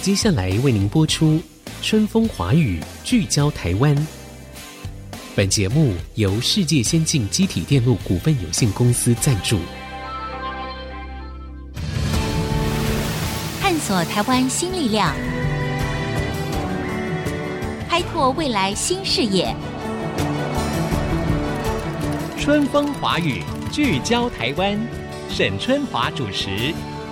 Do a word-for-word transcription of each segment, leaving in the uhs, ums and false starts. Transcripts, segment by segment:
接下来为您播出春风华语，聚焦台湾。本节目由世界先进机体电路股份有限公司赞助。 探索台湾新力量，开拓未来新视野。 春风华语，聚焦台湾。沈春华主持。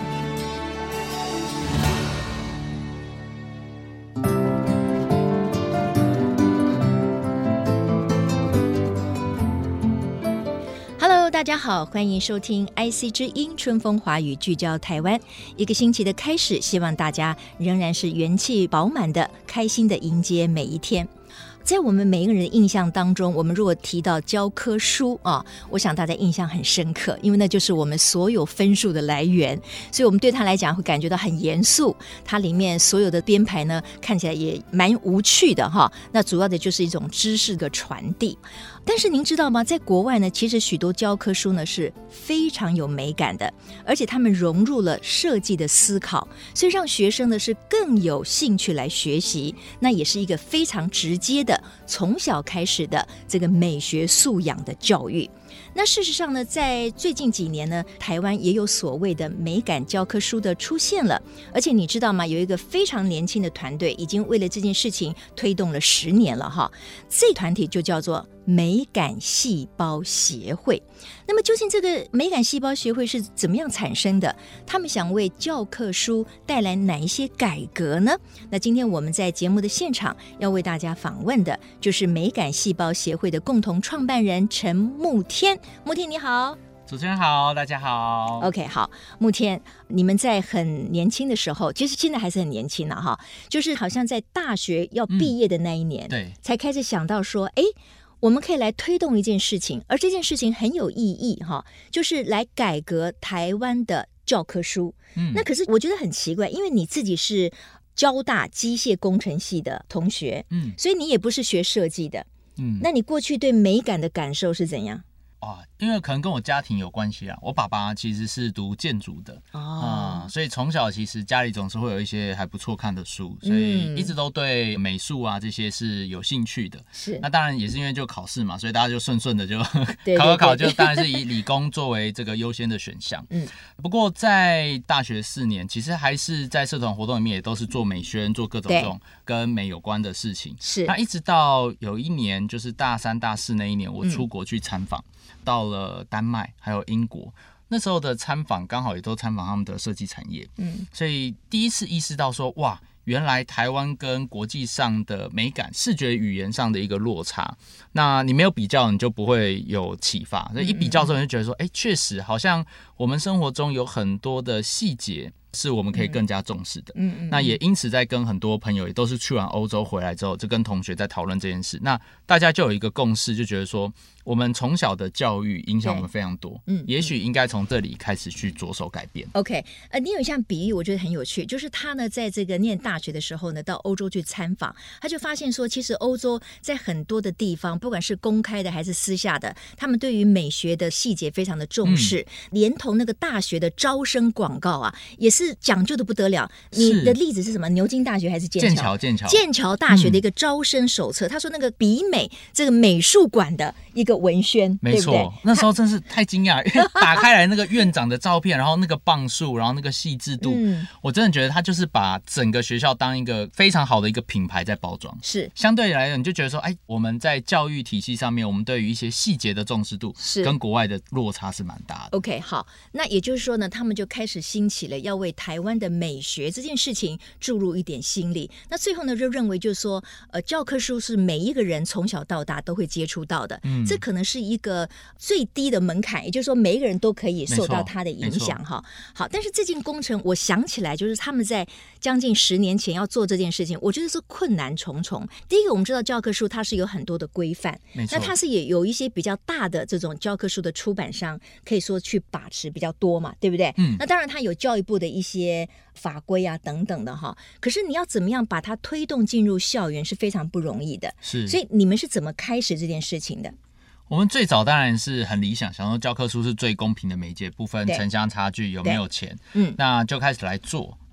大家好，欢迎收听 I C 之音春风华语，聚焦台湾。一个星期的开始，希望大家仍然是元气饱满的，开心的迎接每一天。在我们每一个人的印象当中，我们如果提到教科书啊，我想大家印象很深刻，因为那就是我们所有分数的来源，所以我们对它来讲会感觉到很严肃。它里面所有的编排呢，看起来也蛮无趣的哈。那主要的就是一种知识的传递。但是您知道吗？在国外呢，其实许多教科书呢是非常有美感的，而且他们融入了设计的思考，所以让学生呢是更有兴趣来学习。那也是一个非常直接的从小开始的这个美学素养的教育。那事实上呢，在最近几年呢，台湾也有所谓的美感教科书的出现了。而且你知道吗？有一个非常年轻的团队已经为了这件事情推动了十年了哈。这团体就叫做美感细胞协会。那么究竟这个美感细胞协会是怎么样产生的？他们想为教科书带来哪一些改革呢？那今天我们在节目的现场要为大家访问的就是美感细胞协会的共同创办人陈慕天。慕天你好。 主持人好，大家好。 OK， 好，慕天，你们在很年轻的时候，其实现在还是很年轻了哈，就是好像在大学要毕业的那一年、嗯、对，才开始想到说，哎，我们可以来推动一件事情，而这件事情很有意义哈，就是来改革台湾的教科书、嗯、那可是我觉得很奇怪，因为你自己是交大机械工程系的同学、嗯、所以你也不是学设计的、嗯、那你过去对美感的感受是怎样？ 啊，因为可能跟我家庭有关系啊，我爸爸其实是读建筑的、哦嗯、所以从小其实家里总是会有一些还不错看的书，所以一直都对美术啊这些是有兴趣的。是，那当然也是因为就考试嘛，所以大家就顺顺的就考考考，就当然是以理工作为这个优先的选项。嗯，不过在大学四年，其实还是在社团活动里面也都是做美宣，做各种这种跟美有关的事情。是，那一直到有一年，就是大三大四那一年，我出国去参访。嗯，到了丹麦还有英国，那时候的参访刚好也都参访他们的设计产业，嗯，所以第一次意识到说，哇，原来台湾跟国际上的美感视觉语言上的一个落差，那你没有比较你就不会有启发，所以一比较之后你就觉得说，哎，确实好像我们生活中有很多的细节是我们可以更加重视的。嗯嗯，那也因此在跟很多朋友也都是去完欧洲回来之后，就跟同学在讨论这件事，那大家就有一个共识，就觉得说我们从小的教育影响我们非常多，嗯，也许应该从这里开始去着手改变。 OK， 呃，你有一项比喻我觉得很有趣，就是他呢在这个念大学的时候呢到欧洲去参访，他就发现说其实欧洲在很多的地方不管是公开的还是私下的，他们对于美学的细节非常的重视、嗯、连同那个大学的招生广告啊也是讲究的不得了。你的例子是什么？牛津大学还是剑桥？剑桥剑桥剑桥大学的一个招生手册、嗯、他说那个比美这个美术馆的一个文宣， 没错，对不对？那时候真是太惊讶，因为打开来那个院长的照片，然后那个磅数，然后那个细致度、嗯、我真的觉得他就是把整个学校当一个非常好的一个品牌在包装。是，相对来讲你就觉得说，哎，我们在教育体系上面，我们对于一些细节的重视度是跟国外的落差是蛮大的。 OK， 好，那也就是说呢，他们就开始兴起了要为台湾的美学这件事情注入一点心力。那最后呢就认为就是说呃，教科书是每一个人从小到大都会接触到的、嗯、这可能是一个最低的门槛，也就是说每一个人都可以受到它的影响哈。好，但是这件工程我想起来就是他们在将近十年前要做这件事情，我觉得是困难重重。第一个我们知道教科书它是有很多的规范，那它是也有一些比较大的这种教科书的出版商可以说去把持比较多嘛，对不对？嗯，那当然它有教育部的一些法规啊等等的哈，可是你要怎么样把它推动进入校园是非常不容易的。是，所以你们是怎么开始这件事情的？ 我们最早当然是很理想，想说教科书是最公平的媒介，不分城乡差距有没有钱，嗯，那就开始来做。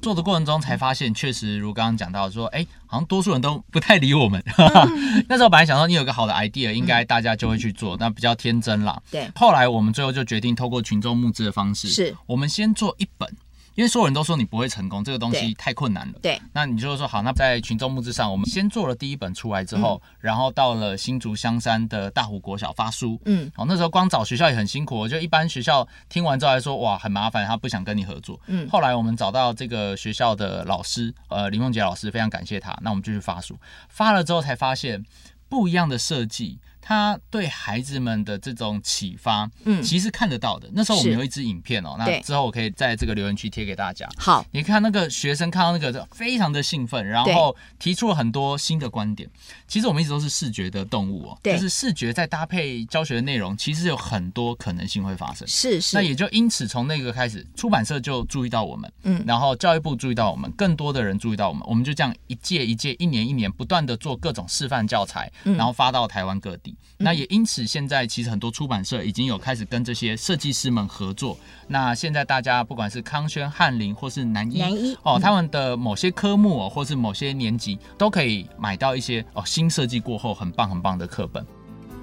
做的过程中才发现，确实如刚刚讲到说，哎，好像多数人都不太理我们。嗯、那时候本来想说，你有个好的 idea， 应该大家就会去做，那、嗯、比较天真啦。 对。 后来我们最后就决定透过群众募资的方式， 是我们先做一本。因为所有人都说你不会成功，这个东西太困难了。 对， 那你就说好，那在群众募资上，我们先做了第一本出来之后，嗯、然后到了新竹香山的大湖国小发书。嗯，好，那时候光找学校也很辛苦，我觉得一般学校听完之后还说哇很麻烦，他不想跟你合作。嗯，后来我们找到这个学校的老师，呃，林梦杰老师，非常感谢他。那我们就去发书，发了之后才发现不一样的设计。他对孩子们的这种启发，嗯，其实看得到的。那时候我们有一支影片哦，那之后我可以在这个留言区贴给大家。 好， 你看那个学生看到那个非常的兴奋，然后提出了很多新的观点。其实我们一直都是视觉的动物哦，就是视觉在搭配教学的内容，其实有很多可能性会发生。 是是。 那也就因此从那个开始，出版社就注意到我们，嗯，然后教育部注意到我们，更多的人注意到我们，我们就这样一届一届、一年一年不断的做各种示范教材，嗯、然后发到台湾各地。那也因此，现在其实很多出版社已经有开始跟这些设计师们合作。那现在大家不管是康轩、翰林或是南一， 南一哦，他们的某些科目哦，或是某些年级都可以买到一些哦新设计过后很棒很棒的课本。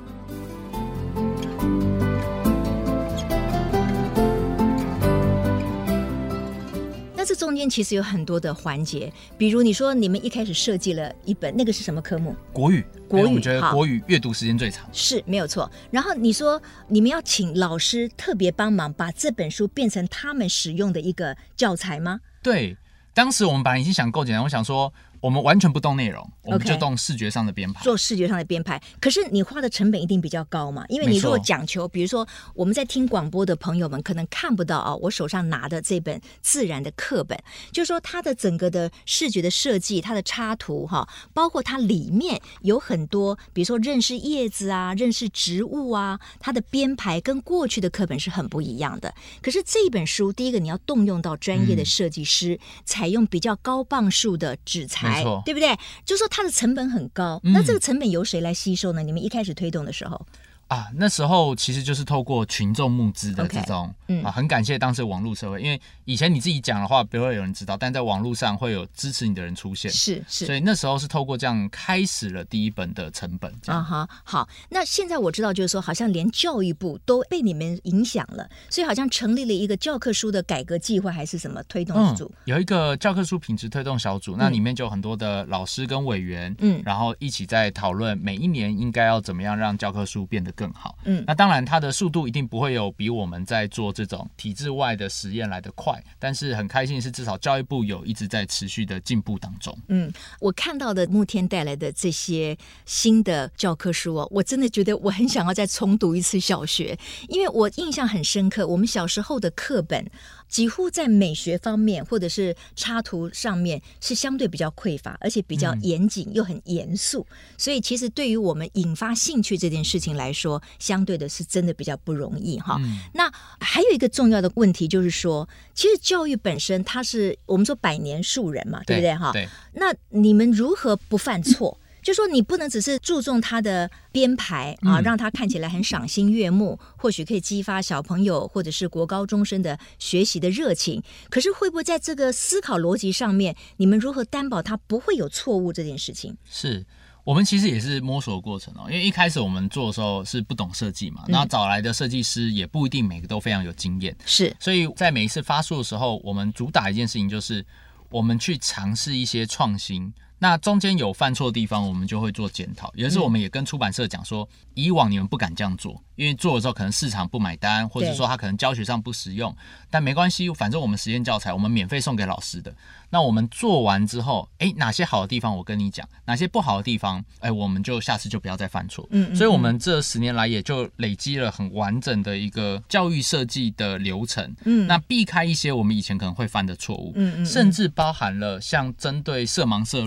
这中间其实有很多的环节，比如你说你们一开始设计了一本，那个是什么科目？ 国语。 国语， 我们觉得国语阅读时间最长， 是没有错。然后你说你们要请老师特别帮忙，把这本书变成他们使用的一个教材吗？ 对，当时我们本来已经想够简单，我想说我们完全不动内容，我们就动视觉上的编排， okay, 做视觉上的编排。可是你花的成本一定比较高嘛，因为你如果讲求，比如说我们在听广播的朋友们可能看不到啊，我手上拿的这本自然的课本，就是说它的整个的视觉的设计，它的插图哈，包括它里面有很多，比如说认识叶子啊，认识植物啊，它的编排跟过去的课本是很不一样的。可是这本书，第一个你要动用到专业的设计师，嗯、采用比较高磅数的纸材。对不对？就是说它的成本很高，嗯、那这个成本由谁来吸收呢？你们一开始推动的时候啊，那时候其实就是透过群众募资的这种、okay, 嗯、啊，很感谢当时网络社会，因为以前你自己讲的话不会有人知道，但在网络上会有支持你的人出现， 是是， 所以那时候是透过这样开始了第一本的成本。啊哈，好，那现在我知道就是说，好像连教育部都被你们影响了，所以好像成立了一个教科书的改革计划，还是什么推动组、嗯？ 有一个教科书品质推动小组，那里面就有很多的老师跟委员，嗯，然后一起在讨论每一年应该要怎么样让教科书变得更好，嗯，那当然它的速度一定不会有比我们在做这种体制外的实验来得快，但是很开心的是至少教育部有一直在持续的进步当中。 嗯，我看到的慕天带来的这些新的教科书哦，我真的觉得我很想要再重读一次小学，因为我印象很深刻，我们小时候的课本几乎在美学方面或者是插图上面是相对比较匮乏，而且比较严谨又很严肃、嗯、所以其实对于我们引发兴趣这件事情来说，相对的是真的比较不容易哈、嗯。那还有一个重要的问题就是说，其实教育本身它是我们说百年树人嘛，对不对哈？ 对。 那你们如何不犯错？就说你不能只是注重它的编排啊，让它看起来很赏心悦目，或许可以激发小朋友或者是国高中生的学习的热情。可是会不会在这个思考逻辑上面，你们如何担保它不会有错误这件事情？ 是我们其实也是摸索的过程哦，因为一开始我们做的时候是不懂设计嘛，那、嗯、找来的设计师也不一定每个都非常有经验， 是， 所以在每一次发书的时候，我们主打一件事情就是我们去尝试一些创新。那中间有犯错的地方，我们就会做检讨。也就是我们也跟出版社讲说，以往你们不敢这样做，因为做的时候可能市场不买单，或者说他可能教学上不实用。但没关系，反正我们实验教材我们免费送给老师的。那我们做完之后，哎，哪些好的地方我跟你讲，哪些不好的地方，哎，我们就下次就不要再犯错。嗯, 嗯, 嗯，所以我们这十年来也就累积了很完整的一个教育设计的流程。嗯，那避开一些我们以前可能会犯的错误。嗯 嗯, 嗯，甚至包含了像针对色盲色弱。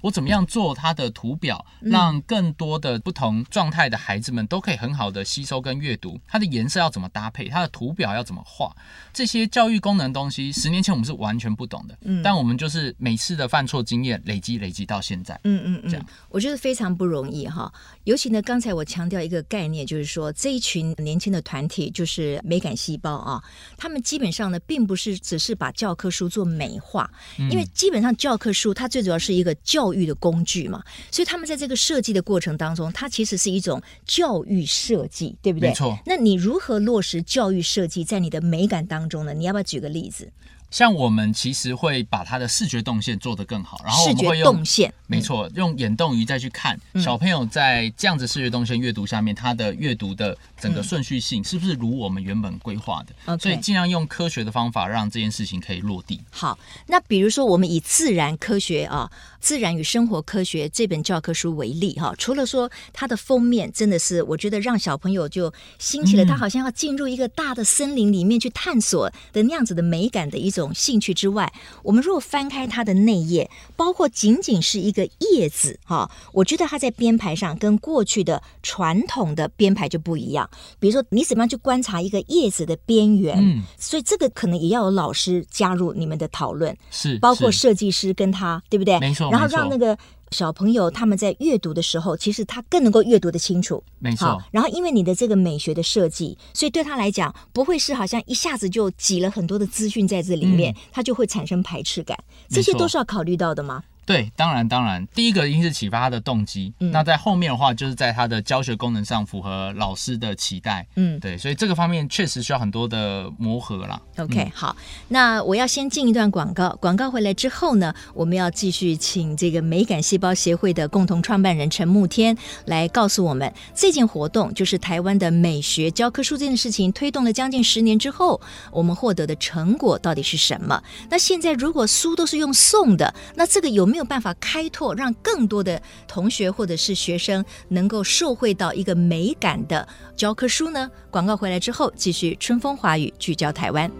我怎么样做它的图表，让更多的不同状态的孩子们都可以很好的吸收跟阅读，它的颜色要怎么搭配，它的图表要怎么画，这些教育功能的东西十年前我们是完全不懂的、嗯、但我们就是每次的犯错经验累积累积到现在。嗯嗯嗯，这样我觉得非常不容易哈。尤其呢，刚才我强调一个概念，就是说这一群年轻的团体就是美感细胞啊，他们基本上呢并不是只是把教科书做美化、嗯、因为基本上教科书它最主要是一个教育的工具嘛，所以他们在这个设计的过程当中，它其实是一种教育设计，对不对？ 没错。 那你如何落实教育设计在你的美感当中呢？你要不要举个例子？ 像我们其实会把它的视觉动线做得更好，然后我们会用视觉动线， 没错，用眼动仪再去看、嗯、小朋友在这样子视觉动线阅读下面，他的阅读的整个顺序性是不是如我们原本规划的、嗯、所以尽量用科学的方法让这件事情可以落地。 好，那比如说我们以自然科学啊，自然与生活科学这本教科书为例哈，除了说它的封面真的是我觉得让小朋友就兴起了他好像要进入一个大的森林里面去探索的那样子的美感的一种兴趣之外，我们如果翻开它的内页，包括仅仅是一个叶子哈，我觉得它在编排上跟过去的传统的编排就不一样。比如说你怎么样去观察一个叶子的边缘、嗯、所以这个可能也要有老师加入你们的讨论， 是包括设计师跟他，对不对？ 没错。 然后让那个小朋友他们在阅读的时候，其实他更能够阅读得清楚， 没错。 然后因为你的这个美学的设计，所以对他来讲不会是好像一下子就挤了很多的资讯在这里面、嗯、他就会产生排斥感，这些都是要考虑到的吗？ 对，当然当然，第一个一定是启发他的动机、嗯、那在后面的话就是在他的教学功能上符合老师的期待。嗯，对，所以这个方面确实需要很多的磨合啦。 OK、嗯、好，那我要先进一段广告，广告回来之后呢，我们要继续请这个美感细胞协会的共同创办人陈慕天来告诉我们，这件活动就是台湾的美学教科书这件事情推动了将近十年之后，我们获得的成果到底是什么。那现在如果书都是用送的，那这个有没有办法开拓，让更多的同学或者是学生能够受惠到一个美感的教科书呢？广告回来之后，继续春风华语，聚焦台湾。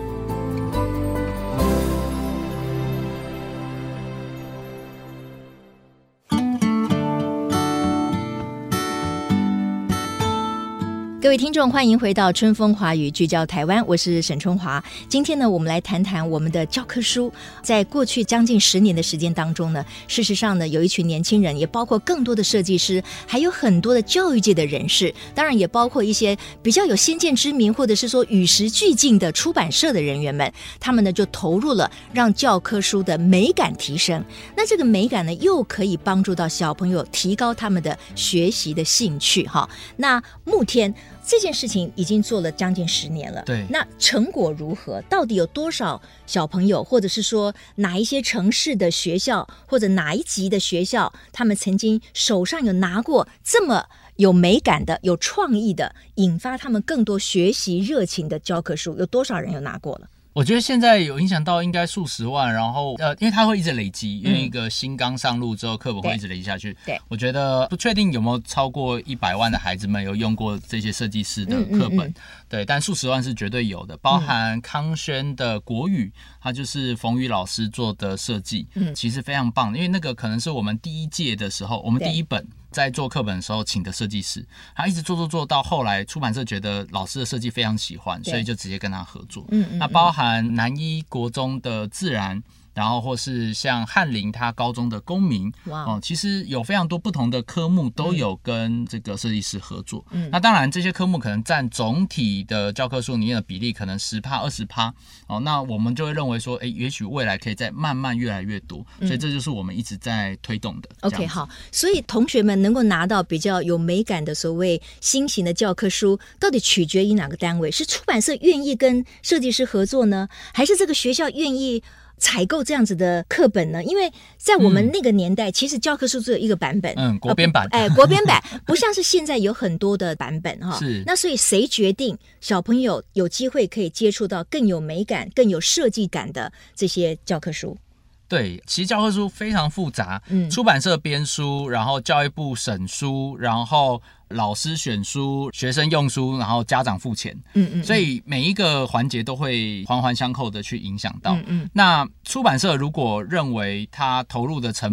各位听众，欢迎回到春风华语，聚焦台湾，我是沈春华。今天呢，我们来谈谈我们的教科书。在过去将近十年的时间当中呢，事实上呢，有一群年轻人，也包括更多的设计师，还有很多的教育界的人士，当然也包括一些比较有先见之明，或者是说与时俱进的出版社的人员们，他们呢就投入了让教科书的美感提升。那这个美感呢，又可以帮助到小朋友提高他们的学习的兴趣哈。那慕天，这件事情已经做了将近十年了， 对， 那成果如何？到底有多少小朋友，或者是说哪一些城市的学校，或者哪一级的学校，他们曾经手上有拿过这么有美感的、有创意的，引发他们更多学习热情的教科书，有多少人有拿过了？ 我觉得现在有影响到应该数十万，然后呃，因为它会一直累积，因为一个新纲上路之后，课本会一直累积下去。对，我觉得不确定有没有超过一百万的孩子们有用过这些设计师的课本，嗯嗯嗯对，但数十万是绝对有的，包含康轩的国语，它就是冯宇老师做的设计，嗯，其实非常棒，因为那个可能是我们第一届的时候，我们第一本。在做课本的时候请的设计师，他一直做做做到后来出版社觉得老师的设计非常喜欢，所以就直接跟他合作。嗯嗯嗯那包含南一国中的自然，然后或是像翰林他高中的公民，哇、哦，其实有非常多不同的科目都有跟这个设计师合作。嗯，那当然这些科目可能占总体的教科书里面的比例可能 百分之十、二十 哦，那我们就会认为说，哎，也许未来可以再慢慢越来越多，所以这就是我们一直在推动的。 OK， 好，所以同学们能够拿到比较有美感的所谓新型的教科书，到底取决于哪个单位？是出版社愿意跟设计师合作呢，还是这个学校愿意采购这样子的课本呢？因为在我们那个年代、嗯、其实教科书只有一个版本， 嗯，国编版， 哎、呃，国编版不像是现在有很多的版本哈。是，那所以谁决定小朋友有机会可以接触到更有美感、更有设计感的这些教科书？ 对，其实教科书非常复杂，嗯，出版社编书，然后教育部审书，然后老师选书，学生用书，然后家长付钱，嗯 嗯, 嗯，所以每一个环节都会环环相扣的去影响到。嗯嗯，那出版社如果认为他投入的成本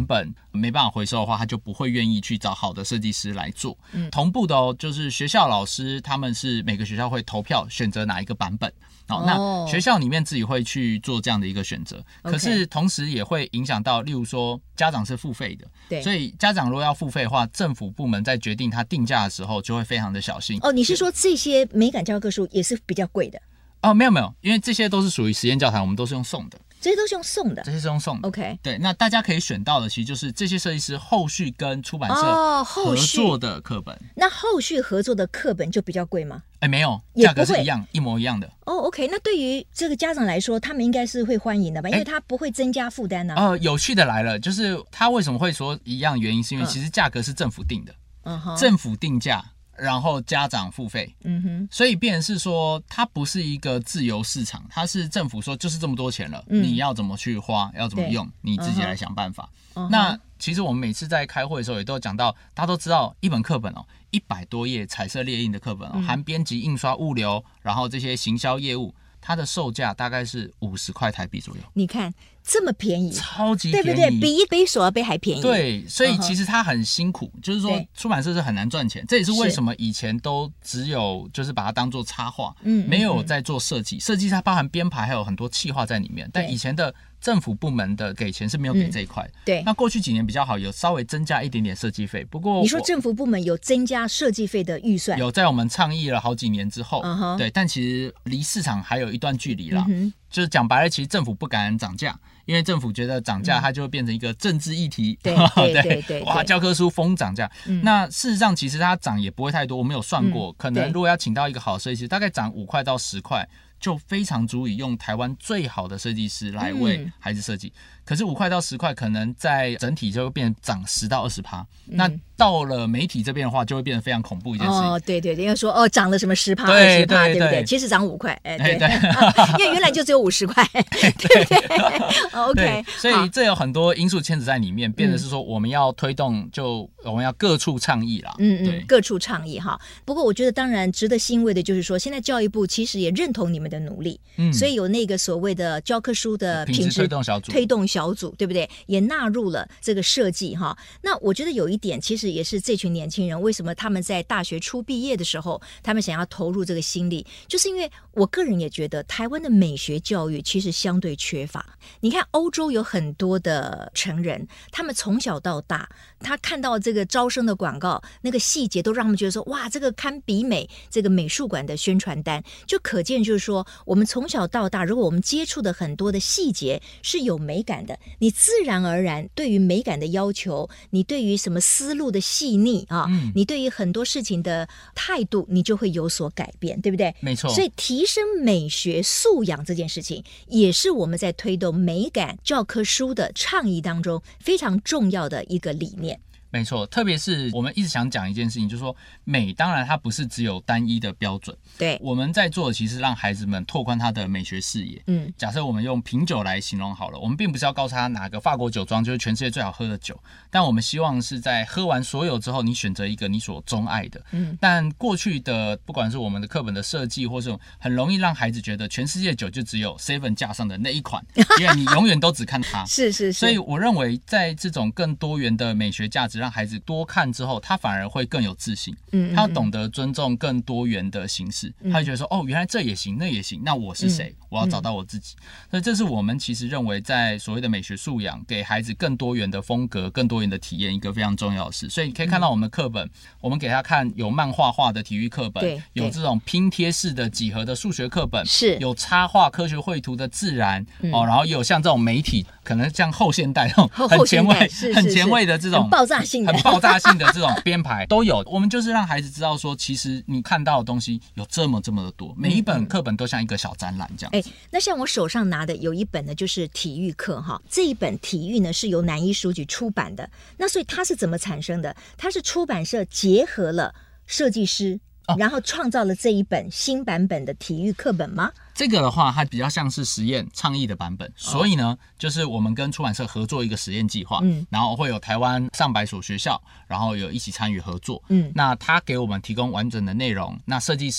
没办法回收的话，他就不会愿意去找好的设计师来做。嗯、同步的哦，就是学校老师他们是每个学校会投票选择哪一个版本。哦，那学校里面自己会去做这样的一个选择， okay. 可是同时也会影响到，例如说家长是付费的，对，所以家长如果要付费的话，政府部门在决定他定价的时候就会非常的小心。 哦，你是说这些美感教科书也是比较贵的？ 哦，没有没有，因为这些都是属于实验教材，我们都是用送的。 这些都是用送的， 这些是用送的。 OK， 对，那大家可以选到的，其实就是这些设计师后续跟出版社合作的课本。哦、 那后续合作的课本就比较贵吗？ 哎，没有，价格是一样，一模一样的。 哦 ，OK， 那对于这个家长来说，他们应该是会欢迎的吧？因为他不会增加负担呢。 呃，有趣的来了，就是他为什么会说一样？原因是因为其实价格是政府定的，嗯、政府定价。然后家长付费，嗯哼，所以变成是说，它不是一个自由市场，它是政府说就是这么多钱了，嗯、你要怎么去花，要怎么用，你自己来想办法。Uh-huh. 那其实我们每次在开会的时候，也都有讲到，大家都知道，一本课本哦，一百多页彩色列印的课本哦，嗯、含编辑、印刷、物流，然后这些行销业务。它的售价大概是五十块台币左右。 你看这么便宜， 超级便宜， 对不对？比一杯手摇杯还便宜。 对，所以其实它很辛苦，嗯、就是说出版社是很难赚钱。这也是为什么以前都只有就是把它当做插画，嗯，没有在做设计。设计它包含编排，还有很多企划在里面。但以前的政府部门的给钱是没有给这一块、嗯。对，那过去几年比较好，有稍微增加一点点设计费。不过你说政府部门有增加设计费的预算， 有在我们倡议了好几年之后，嗯、对，但其实离市场还有一段距离啦。嗯、就是讲白了，其实政府不敢涨价，因为政府觉得涨价它就会变成一个政治议题。 对对对 对, 对， 哇，教科书疯涨价、嗯。那事实上其实它涨也不会太多，我们有算过，嗯、可能如果要请到一个好设计师，大概涨五块到十块。就非常足以用台湾最好的设计师来为孩子设计、嗯，可是五块到十块，可能在整体就会变涨十到二十趴。那到了媒体这边的话，就会变得非常恐怖一件事情。 哦，对对对，要说哦涨了什么十趴、二十趴，对不对？其实涨五块，哎，对，对啊、因为原来就只有五十块，对不对 ？OK， 所以这有很多因素牵扯在里面，变成是说我们要推动，就我们要各处倡议啦。 嗯嗯，各处倡议哈。不过我觉得，当然值得欣慰的就是说，现在教育部其实也认同你们的努力，嗯，所以有那个所谓的教科书的品质推动小组， 推动小组，对不对？也纳入了这个设计哈。那我觉得有一点，其实也是这群年轻人为什么他们在大学初毕业的时候，他们想要投入这个心力，就是因为我个人也觉得台湾的美学教育其实相对缺乏。你看欧洲有很多的成人，他们从小到大，他看到这个招生的广告，那个细节都让他们觉得说，哇，这个堪比美，这个美术馆的宣传单，就可见就是说，我们从小到大，如果我们接触的很多的细节是有美感的，你自然而然对于美感的要求，你对于什么思路的细腻啊、嗯，你对于很多事情的态度，你就会有所改变，对不对？ 没错。 所以提升美学素养这件事情，也是我们在推动美感教科书的倡议当中非常重要的一个理念。 没错，特别是我们一直想讲一件事情，就是说美当然它不是只有单一的标准， 对， 我们在做的其实让孩子们拓宽他的美学视野。嗯，假设我们用品酒来形容好了，我们并不是要告诉他哪个法国酒庄就是全世界最好喝的酒，但我们希望是在喝完所有之后，你选择一个你所钟爱的。嗯，但过去的不管是我们的课本的设计，或是很容易让孩子觉得全世界酒就只有 seven 架上的那一款，因为你永远都只看它。 是是是。 所以我认为在这种更多元的美学价值让孩子多看之后，他反而会更有自信。嗯，他懂得尊重更多元的形式，嗯、他就觉得说，哦，原来这也行，那也行，那我是谁？嗯、我要找到我自己。所以这是我们其实认为在所谓的美学素养，给孩子更多元的风格、更多元的体验，一个非常重要的事。所以你可以看到我们的课本，嗯、我们给他看有漫画画的体育课本，有这种拼贴式的几何的数学课本，是有插画、科学绘图的自然、嗯、哦，然后也有像这种媒体，可能像后现代那种很前卫、很前卫的这种很爆炸性的。 很爆炸性的这种编排都有，我们就是让孩子知道说，其实你看到的东西有这么这么的多，每一本课本都像一个小展览这样子。 哎，那像我手上拿的有一本呢，就是体育课哈。这一本体育呢是由南一书局出版的，那所以它是怎么产生的？它是出版社结合了设计师。然后创造了这一本新版本的体育课本吗？ 这个的话，它比较像是实验倡议的版本，所以呢，就是我们跟出版社合作一个实验计划，嗯，然后会有台湾上百所学校，然后有一起参与合作，嗯，那他给我们提供完整的内容，那设计师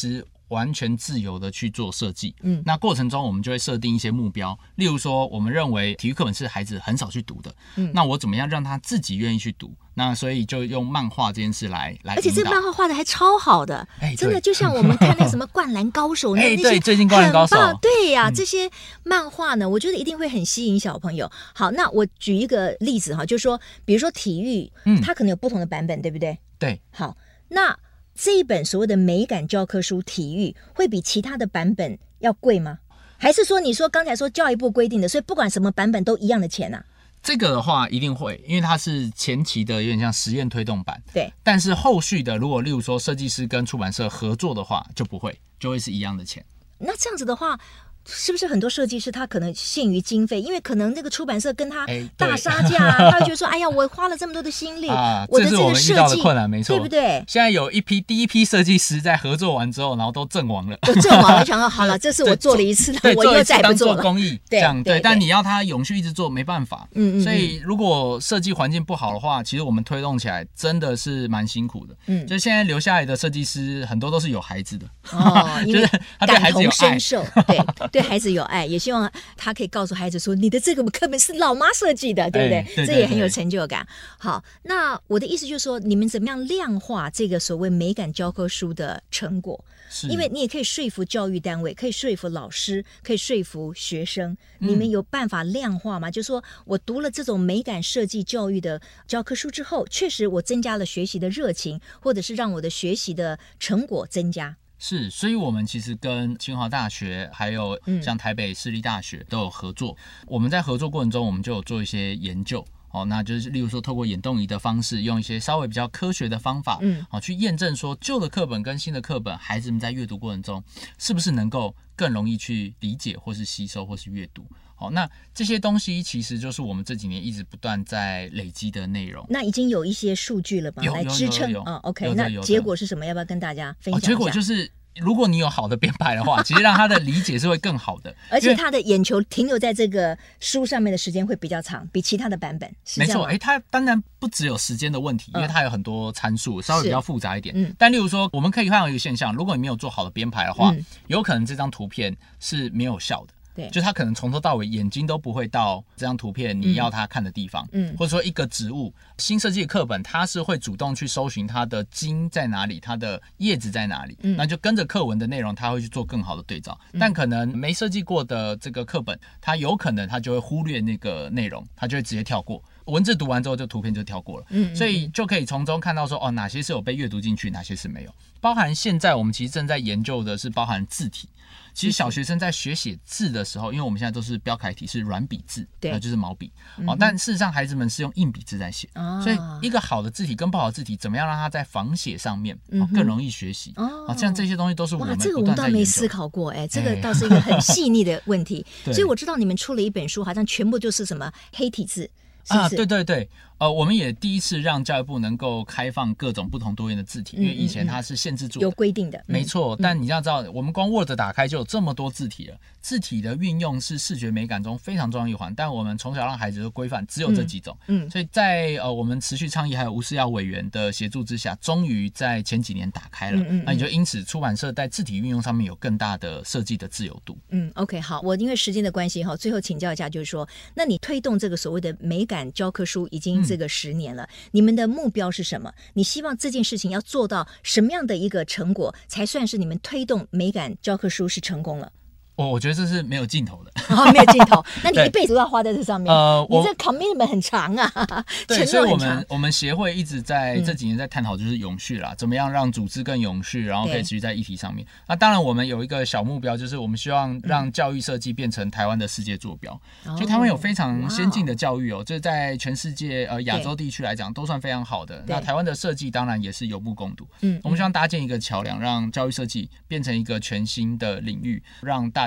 完全自由的去做设计。嗯，那过程中我们就会设定一些目标，例如说，我们认为体育课本是孩子很少去读的，嗯，那我怎么样让他自己愿意去读？那所以就用漫画这件事来来， 而且这个漫画画的还超好的， 欸、 真的就像我们看那个什么《灌篮高手》那、欸、 那些，对，最近《灌篮高手》 对呀、啊嗯， 这些漫画呢，我觉得一定会很吸引小朋友。好，那我举一个例子哈，就是说，比如说体育，嗯，它可能有不同的版本，对不对？ 对。 好，那这一本所谓的美感教科书体育会比其他的版本要贵吗？还是说你说刚才说教育部规定的，所以不管什么版本都一样的钱啊？ 这个的话一定会，因为它是前期的有点像实验推动版， 对。 但是后续的，如果例如说设计师跟出版社合作的话，就不会，就会是一样的钱。 那这样子的话，是不是很多设计师他可能限于经费，因为可能这个出版社跟他大杀价、啊，他觉得说，哎呀，我花了这么多的心力， 啊、 我的这是我们遇到的困难，没错， 对不对？ 现在有一批第一批设计师在合作完之后，然后都阵亡了， 都阵亡了，想到好了，这是我做了一次的，我又再不做了， 做公益， 对这样对， 对。 但你要他永续一直做，没办法， 嗯嗯。 所以如果设计环境不好的话，其实我们推动起来真的是蛮辛苦的。嗯，就现在留下来的设计师很多都是有孩子的， 哦， 就是他对孩子有爱， 对，对孩子有爱。也希望他可以告诉孩子说，你的这个课本是老妈设计的，对不对？欸、对对对，这也很有成就感。好，那我的意思就是说，你们怎么样量化这个所谓美感教科书的成果？因为你也可以说服教育单位，可以说服老师，可以说服学生，你们有办法量化吗？嗯、就是说我读了这种美感设计教育的教科书之后，确实我增加了学习的热情，或者是让我的学习的成果增加。 是，所以我们其实跟清华大学还有像台北市立大学都有合作。嗯、我们在合作过程中，我们就有做一些研究。哦，那就是例如说，透过眼动仪的方式，用一些稍微比较科学的方法，嗯，好、哦、去验证说，旧的课本跟新的课本，孩子们在阅读过程中，是不是能够更容易去理解，或是吸收，或是阅读。好、哦，那这些东西其实就是我们这几年一直不断在累积的内容。 那已经有一些数据了吧，来支撑啊、哦、？OK， 那结果是什么？要不要跟大家分享一下？哦、 结果就是。如果你有好的编排的话，其实让他的理解是会更好的， 而且他的眼球停留在这个书上面的时间会比较长，比其他的版本。 没错，哎，它当然不只有时间的问题，因为它有很多参数，稍微比较复杂一点。嗯，但例如说，我们可以看到一个现象，如果你没有做好的编排的话，嗯、有可能这张图片是没有效的。对，就他可能从头到尾眼睛都不会到这张图片你要他看的地方，嗯，或者说一个植物新设计的课本，它是会主动去搜寻它的茎在哪里，它的叶子在哪里，嗯，那就跟着课文的内容，它会去做更好的对照。嗯、但可能没设计过的这个课本，它有可能它就会忽略那个内容，它就会直接跳过。文字读完之后，就图片就跳过了，嗯，所以就可以从中看到说，哦，哪些是有被阅读进去，哪些是没有。包含现在我们其实正在研究的是包含字体。其实小学生在学写字的时候，因为我们现在都是标楷体，是软笔字，对，那就是毛笔、嗯哦、但事实上孩子们是用硬笔字在写、哦、所以一个好的字体跟不好的字体怎么样让它在仿写上面、嗯哦、更容易学习、哦、像这些东西都是我们不断在研究。哇，这个我们倒没思考过，哎，这个倒是一个很细腻的问题。所以我知道你们出了一本书，好像全部就是什么黑体字，是不是？ 啊，对对对，呃，我们也第一次让教育部能够开放各种不同多元的字体，因为以前它是限制住的， 有规定的，嗯、 没错。但你要知道，我们光 Word 打开就有这么多字体了，字体的运用是视觉美感中非常重要一环。但我们从小让孩子的规范只有这几种，嗯，嗯所以在呃我们持续倡议还有吴思耀委员的协助之下，终于在前几年打开了。嗯嗯嗯那你就因此出版社在字体运用上面有更大的设计的自由度。 嗯 ，OK， 好，我因为时间的关系哈，最后请教一下，就是说，那你推动这个所谓的美感教科书已经这个十年了。嗯你们的目标是什么？你希望这件事情要做到什么样的一个成果，才算是你们推动美感教科书是成功了？ 我我觉得这是没有尽头的， 哦，没有尽头。那你一辈子都要花在这上面，呃，你这 commitment 很长啊， 对，所以我们我们协会一直在这几年在探讨就是永续啦，嗯、怎么样让组织更永续，然后可以持续在议题上面。那当然，我们有一个小目标，就是我们希望让教育设计变成台湾的世界坐标。嗯、所以台湾有非常先进的教育哦，这、哦、在全世界呃亚洲地区来讲都算非常好的。那台湾的设计当然也是有目共睹。嗯，我们希望搭建一个桥梁，让教育设计变成一个全新的领域，让大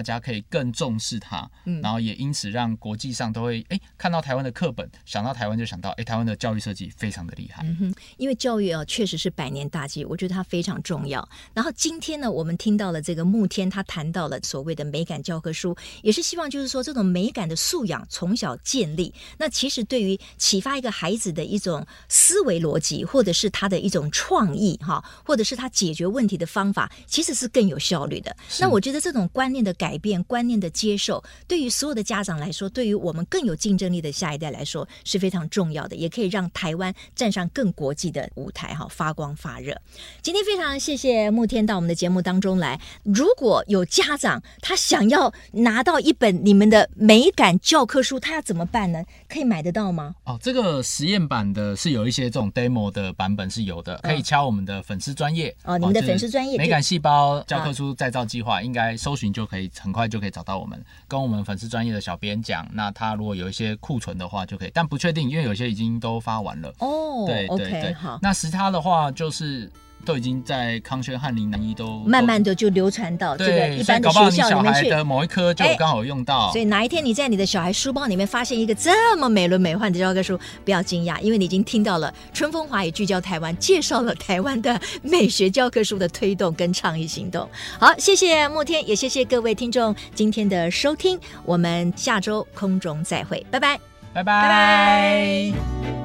大家可以更重视它，嗯，然后也因此让国际上都会哎看到台湾的课本，想到台湾就想到哎台湾的教育设计非常的厉害。 嗯哼，因为教育啊确实是百年大计，我觉得它非常重要。然后今天呢，我们听到了这个慕天他谈到了所谓的美感教科书，也是希望就是说这种美感的素养从小建立。那其实对于启发一个孩子的一种思维逻辑，或者是他的一种创意哈，或者是他解决问题的方法，其实是更有效率的。那我觉得这种观念的改变、观念的接受，对于所有的家长来说，对于我们更有竞争力的下一代来说是非常重要的，也可以让台湾站上更国际的舞台哈，发光发热。今天非常谢谢慕天到我们的节目当中来。如果有家长他想要拿到一本你们的美感教科书，他要怎么办呢？可以买得到吗？ 哦，这个实验版的是有一些这种 demo 的版本是有的，可以敲我们的粉丝专页哦，你们的粉丝专页美感细胞教科书再造计划，应该搜寻就可以，很快就可以找到我们，跟我们粉丝专页的小编讲，那他如果有一些库存的话就可以，但不确定，因为有些已经都发完了。 哦， 对对对， okay, 好。 那其他的话就是都已经在康轩、翰林、南一都慢慢的就流传到这个一般的学校里面去， 搞不好你小孩的某一科就刚好用到。 所以哪一天你在你的小孩书包里面发现一个这么美轮美奂的教科书，不要惊讶，因为你已经听到了春风华语聚焦台湾，介绍了台湾的美学教科书的推动跟倡议行动。好，谢谢慕天，也谢谢各位听众今天的收听，我们下周空中再会，拜拜， 拜拜，拜拜。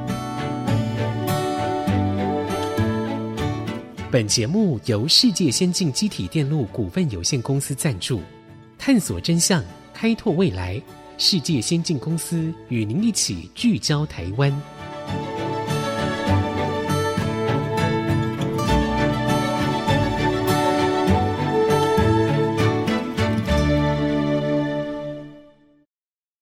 本节目由世界先进机体电路股份有限公司赞助，探索真相，开拓未来。世界先进公司与您一起聚焦台湾。